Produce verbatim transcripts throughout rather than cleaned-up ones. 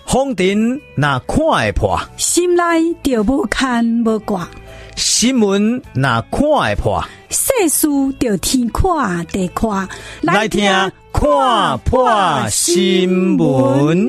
风尘若看会破， 心内就无牵无挂； 新闻若看会破， 世事就天看地看。 来听看破新闻。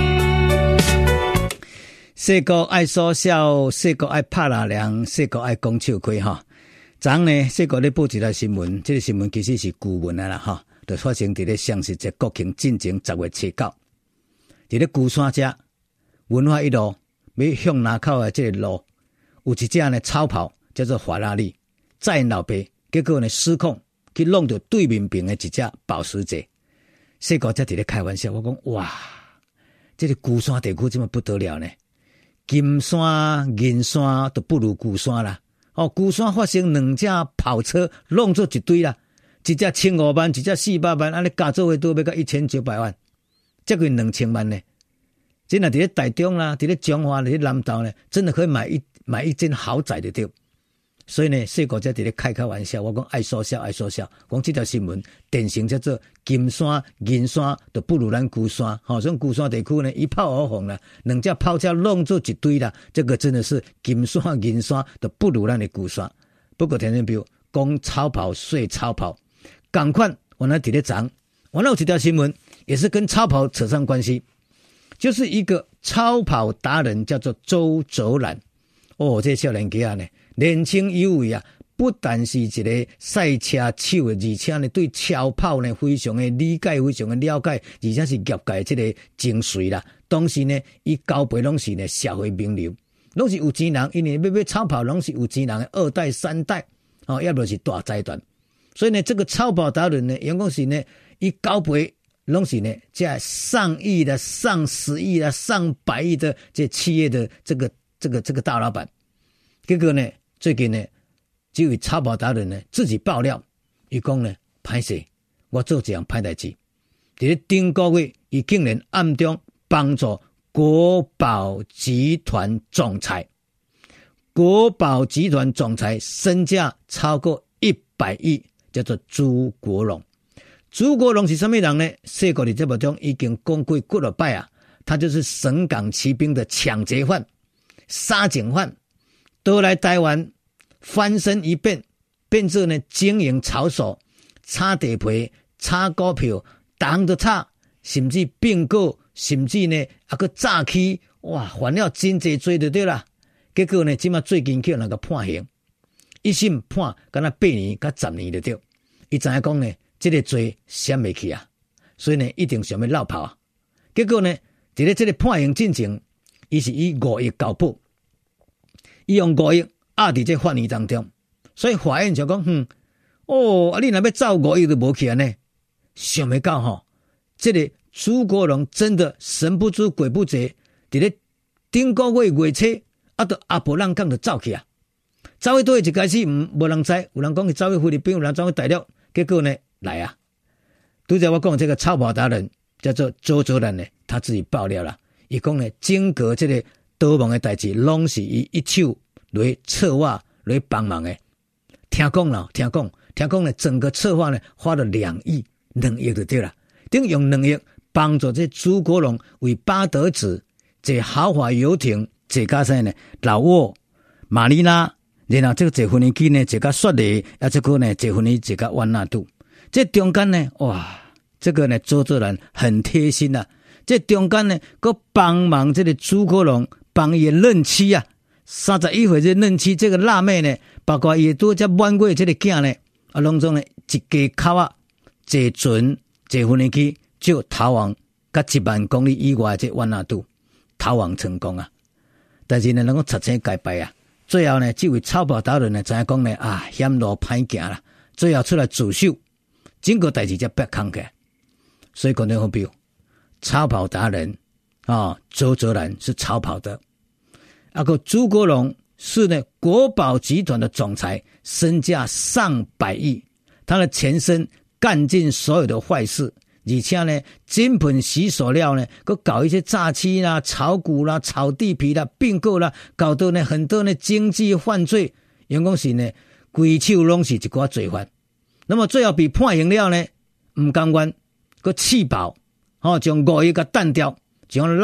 细个爱说笑，细个爱拍拉梁，细个爱讲笑亏哈。昨呢，细个咧报一条新闻，这个新闻其实是旧闻啊啦哈，就发生伫咧双十节国庆进前十月七九，伫咧龟山遮文化一路要向南口的这个路，有一只呢超跑叫做法拉利，载因老爸，结果呢失控去弄到对面边的一只保时捷。细个才伫咧开玩笑，我讲哇，这个龟山地区这么不得了呢？金山、银山都不如龟山啦。哦，龟山发生两架跑车弄做一堆啦，一架千五万，一架四百万，安尼加做伙都要到一千九百万，接近两千万呢。真的伫咧台中啦，伫咧彰化，伫咧南投呢，真的可以买一买一间豪宅的对。所以呢，细个才伫咧开开玩笑，我讲爱说笑，爱说笑，讲这条新闻典型叫做金山、银山都不如咱龟山，好、哦，所以龟山地区呢一炮而红了，两架炮车弄做一堆啦，这个真的是金山、银山都不如咱的龟山。不过听众朋友讲超跑睡超跑，赶快我那伫咧讲，我那有一条新闻也是跟超跑扯上关系，就是一个超跑达人叫做周哲然。哦，这少年家呢，年轻有为啊，不但是一个赛车手的，而且呢对超跑呢非常的理解，非常的了解，而且是业界这个精髓啦。当时呢，伊交陪拢是呢社会名流，拢是有钱人，因为要买超跑拢是有钱人的二代三代，哦，要不是大财团。所以呢，这个超跑达人呢，员工是呢，伊交陪拢是呢，在上亿的、上十亿的、上百亿的这企业的这个。这个这个大老板，结果呢，最近呢，这位超跑达人呢自己爆料，伊讲呢，歹势，我做这样歹代志。伫咧顶个月，伊竟然暗中帮助国宝集团总裁，国宝集团总裁身价超过一百亿，叫做朱国荣。朱国荣是什么人呢？细个伫节目中已经讲过几落摆啊，他就是省港骑兵的抢劫犯。杀警犯都来台湾翻身一变，变做呢经营操守、炒地皮、炒股票、打着炒，甚至并购，甚至呢还个诈欺，哇，犯了真济罪就对啦。结果呢，即马最近叫那个判刑，一审判敢若八年甲十年就对。伊知影讲呢，这个罪闪袂去啊，所以呢一定想要落跑啊。结果呢，伫咧这个判刑进程。伊是以五亿交保，伊用五亿压伫这法院当中，所以法院就讲，哼、嗯，哦，啊，你若要走五亿都无去安尼，想袂到吼，这个朱国荣真的神不知鬼不觉，伫咧顶个月月初，啊，都阿婆人讲就走去啊，走去倒一开始唔无人知，有人讲去走去菲律宾，有人走去大陆，结果呢来啊，拄则我讲这个超跑达人叫做周哲然呢，他自己爆料了。伊讲呢，整个这个倒忙的代志，拢是伊一手来策划来帮忙的。听讲了，听讲，听讲呢，整个策划呢花了两亿，两亿就对了。等用两亿帮助这朱国荣为巴德子坐豪华游艇，坐加上呢老挝、马尼拉，然后这个坐飞机呢，坐到雪梨，啊，这个呢坐飞机坐到万纳度。这中间呢，哇，这个呢周哲然很贴心啊。这中间呢，佮帮忙这个朱国荣帮伊任妻啊，三十一岁这任妻这个辣妹呢，包括伊拄才满月这个囝呢，啊，拢总呢一家口啊，坐船坐飞机就逃亡，甲一万公里以外这万纳度逃亡成功啊！但是呢，能够擦青改败啊，最后呢，这位超跑达人呢，知影讲呢啊，险路歹行啦，最后出来自首，整个代志才别空起来，所以观众朋友。超跑达人啊，周哲然是超跑的，那个朱国荣是呢国宝集团的总裁，身价上百亿，他的前身干尽所有的坏事，而且呢金盆洗手料呢，佮搞一些诈欺啦、炒股啦、炒地皮啦、并购啦，搞到呢很多呢经济犯罪，员工是呢规手拢是一寡罪犯。那么最后被判刑了呢，唔甘愿，佮气爆。哦，将五亿个弹掉，将落跑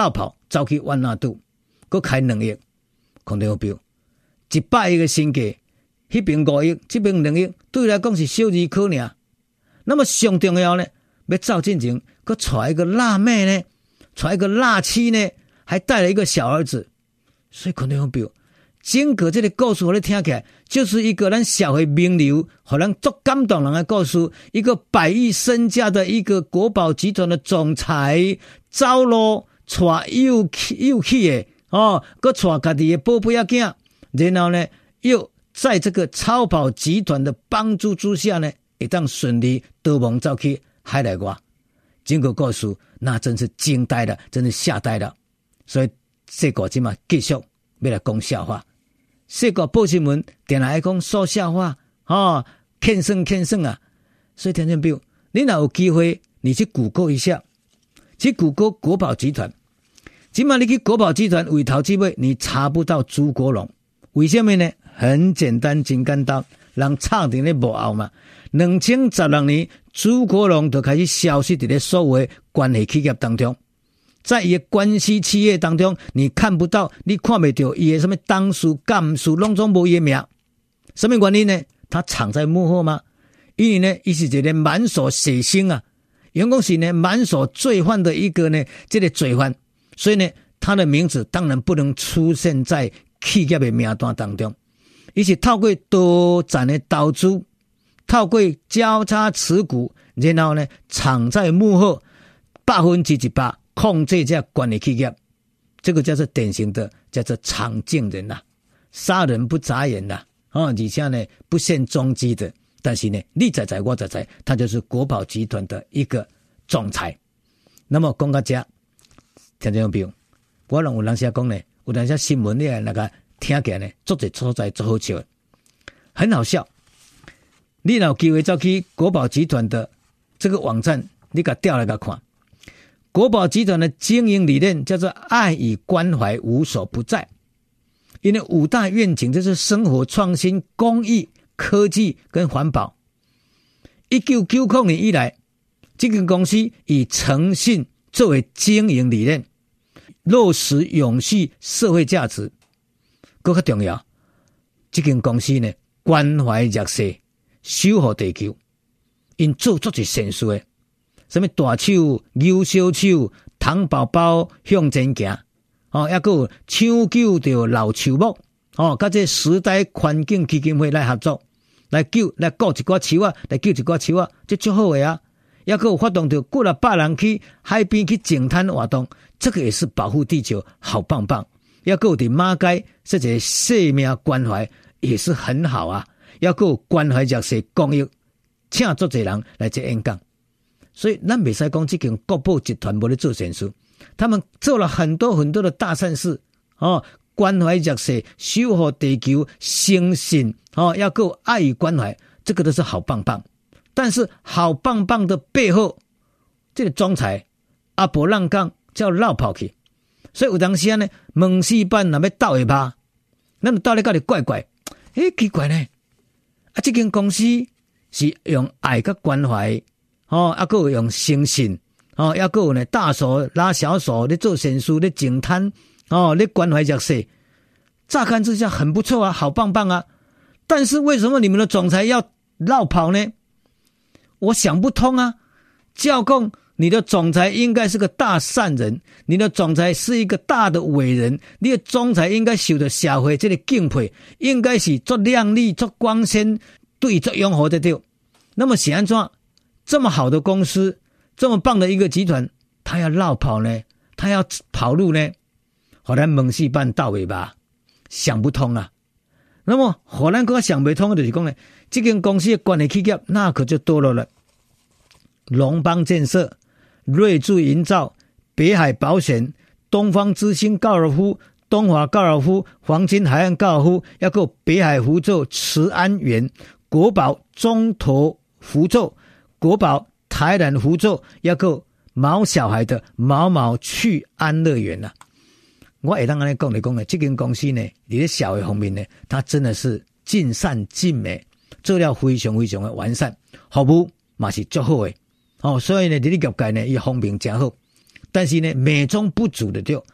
走去万纳度，佮开两亿，空中标一百亿的身价，迄边五亿，这边两亿，对来讲是小儿科尔。那么上重要呢，要走进前，佮娶一个辣妹呢，娶一个辣妻呢，还带了一个小儿子，所以空中标。整个这个故事，我哋听起来就是一个咱社会名流，互咱足感动人的故事。一个百亿身价的一个国宝集团的总裁，走路娶幼幼气的哦，佮娶家己的宝贝仔囝，然后呢，又在这个超跑集团的帮助之下呢，会当顺利逃亡走去海内外。整个故事那真是惊呆了，真是吓呆了。所以这个今嘛继续要来讲笑话。四个报新闻，定来爱讲说笑话，哦，欠算欠算啊！所以听众朋友，你若有机会，你去谷歌一下，去谷歌国宝集团。今嘛你去国宝集团为头之尾，你查不到朱国荣，为什么呢？很简单，真简单，人插伫咧幕后嘛。两千十六年，朱国荣就开始消失伫咧所有的关系企业当中。在伊的关系企业当中，你看不到，你看不到伊的什么当属干属，拢总无伊的名。什么原因呢？他藏在幕后吗？因为呢，伊是一个满手血腥啊，员工是呢满手罪犯的一个呢，这个罪犯，所以呢，他的名字当然不能出现在企业的名单当中。伊是透过多层的投资，透过交叉持股，然后呢，藏在幕后，百分之一百。控制这管理企业，这个叫做典型的叫做藏镜人呐、啊，杀人不眨眼呐、啊，哦，而且呢不现踪迹的，但是呢你在在我在在，他就是国宝集团的一个总裁。那么讲到这，听众朋友，我让有人写讲呢，有人写新闻呢那个听起来呢，做者所在做好笑，很好笑。你若有机会走去国宝集团的这个网站，你给调来个看。国宝集团的经营理念叫做爱与关怀无所不在，因为五大愿景就是生活创新、公益、科技跟环保。一九九零年以来，这间公司以诚信作为经营理念，落实永续社会价值。更加重要，这间公司呢关怀弱势，守护地球，因做足是善事的。什么大手、牛小手、糖宝宝向前行，哦，还有抢救着老树木，哦，甲这时代环境基金会来合作，来救来顾一寡树啊，来救一寡树啊，这足好诶啊！还有发动着几啊百人去海边去净滩活动，这个也是保护地球，好棒棒。还有伫马街这个生命关怀也是很好啊，还有关怀弱势公益，请足侪人来这演讲。所以咱袂使讲这间国宝集团无咧做善事，他们做了很多很多的大善事哦，关怀弱势、守护地球、诚信哦，要够爱与关怀，这个都是好棒棒。但是好棒棒的背后，这个总裁阿伯浪讲叫绕跑去，所以有当时呢，门市办若要斗下巴，咱就斗咧甲你怪怪，诶，奇怪呢，啊，这间公司是用爱甲关怀。哦，还有用诚信，哦，还有呢大手拉小手，咧做善事，咧净滩，哦，咧关怀弱势。乍看之下很不错啊，好棒棒啊！但是为什么你们的总裁要绕跑呢？我想不通啊！教供你的总裁应该是个大善人，你的总裁是一个大的伟人，你的总裁应该受到社会这个敬佩，应该是做亮丽、做光鲜、对做拥护的对。那么是安怎？这么好的公司，这么棒的一个集团，他要绕跑呢？他要跑路呢？后来门市办到尾吧，想不通啊。那么后来个想不通的就是讲呢，这间公司的管理企业那可就多了了，龙邦建设、瑞筑营造、北海保险、东方之星高尔夫、东华高尔夫、黄金海岸高尔夫，要够北海福州慈安园、国宝中投福州。国宝台南福州要够毛小孩的毛毛去安乐园呐、啊，我会当安尼讲来讲呢，这间公司呢，你在小的方面呢，它真的是尽善尽美，做了非常非常的完善，服务嘛是足好的哦，所以呢，你的业界呢，伊风评真好，但是呢，美中不足的对，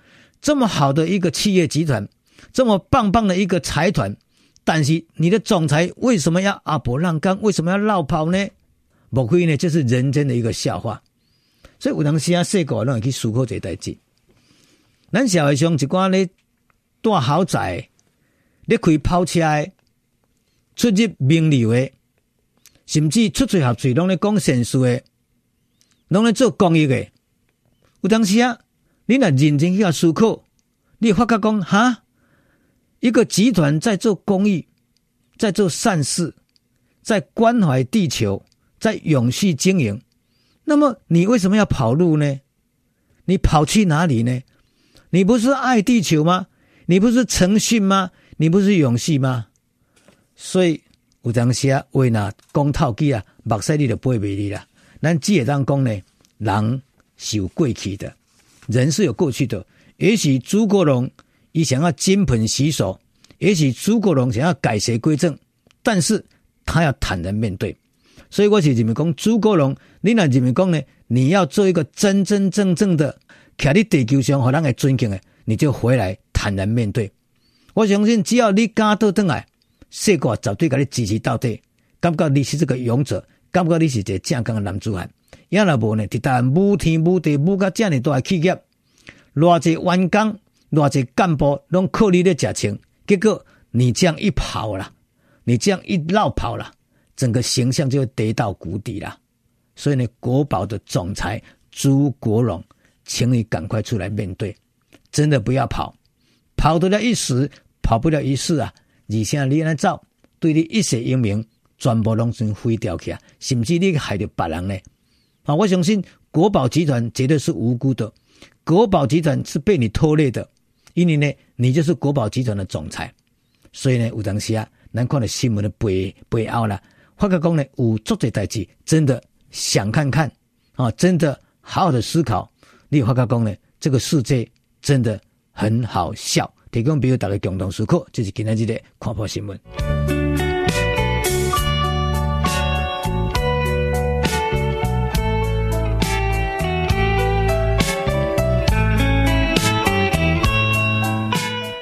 这么好的一个企业集团，这么棒棒的一个财团，但是你的总裁为什么要阿婆浪干？为什么要落跑呢？莫非呢，就是人间的一个笑话。所以有当时啊，细个拢会去思考这代志。咱社会上一寡咧住豪宅、咧开跑车的、出入名流的，甚至出嘴合嘴拢咧讲善事的，拢咧做公益的。有当时啊，你若认真去思考，你会发觉讲哈，一个集团在做公益，在做善事，在关怀地球，在永续经营。那么你为什么要跑路呢？你跑去哪里呢？你不是爱地球吗？你不是诚信吗？你不是永续吗？所以有当时啊，话若讲透机啊，目屎你就飞袂离啦。咱只会当讲呢，人是有过去的，人是有过去的。也许朱国荣他想要金盆洗手，也许朱国荣想要改邪归正，但是他要坦然面对。所以我是认为讲朱国荣，你若认为讲呢，你要做一个真真正正的徛在地球上，互人会尊敬的，你就回来坦然面对。我相信只要你敢倒转来，世界绝对给你支持到底，感觉你是这个勇者，感觉你是一个正港的男子汉。要若无呢，伫台湾武天武地武到这么大的企业，偌济员工、偌济干部拢靠你咧食穿，结果你这样一跑啦，你这样一绕跑啦，整个形象就会跌到谷底啦。所以呢，国宝的总裁朱国荣，请你赶快出来面对，真的不要跑，跑得了一时，跑不了一世啊！而且你安尼走，对你一世英名全部拢算毁掉去啊！甚至你害到别人呢？啊，我相信国宝集团绝对是无辜的，国宝集团是被你拖累的，因为呢，你就是国宝集团的总裁。所以呢，有当时啊，咱看到新闻的背背后啦，发觉讲呢，有做这代志，真的想看看啊，真的好好的思考，你发觉讲呢，这个世界真的很好笑。提供俾大家共同思考，这是今天这个看破新闻。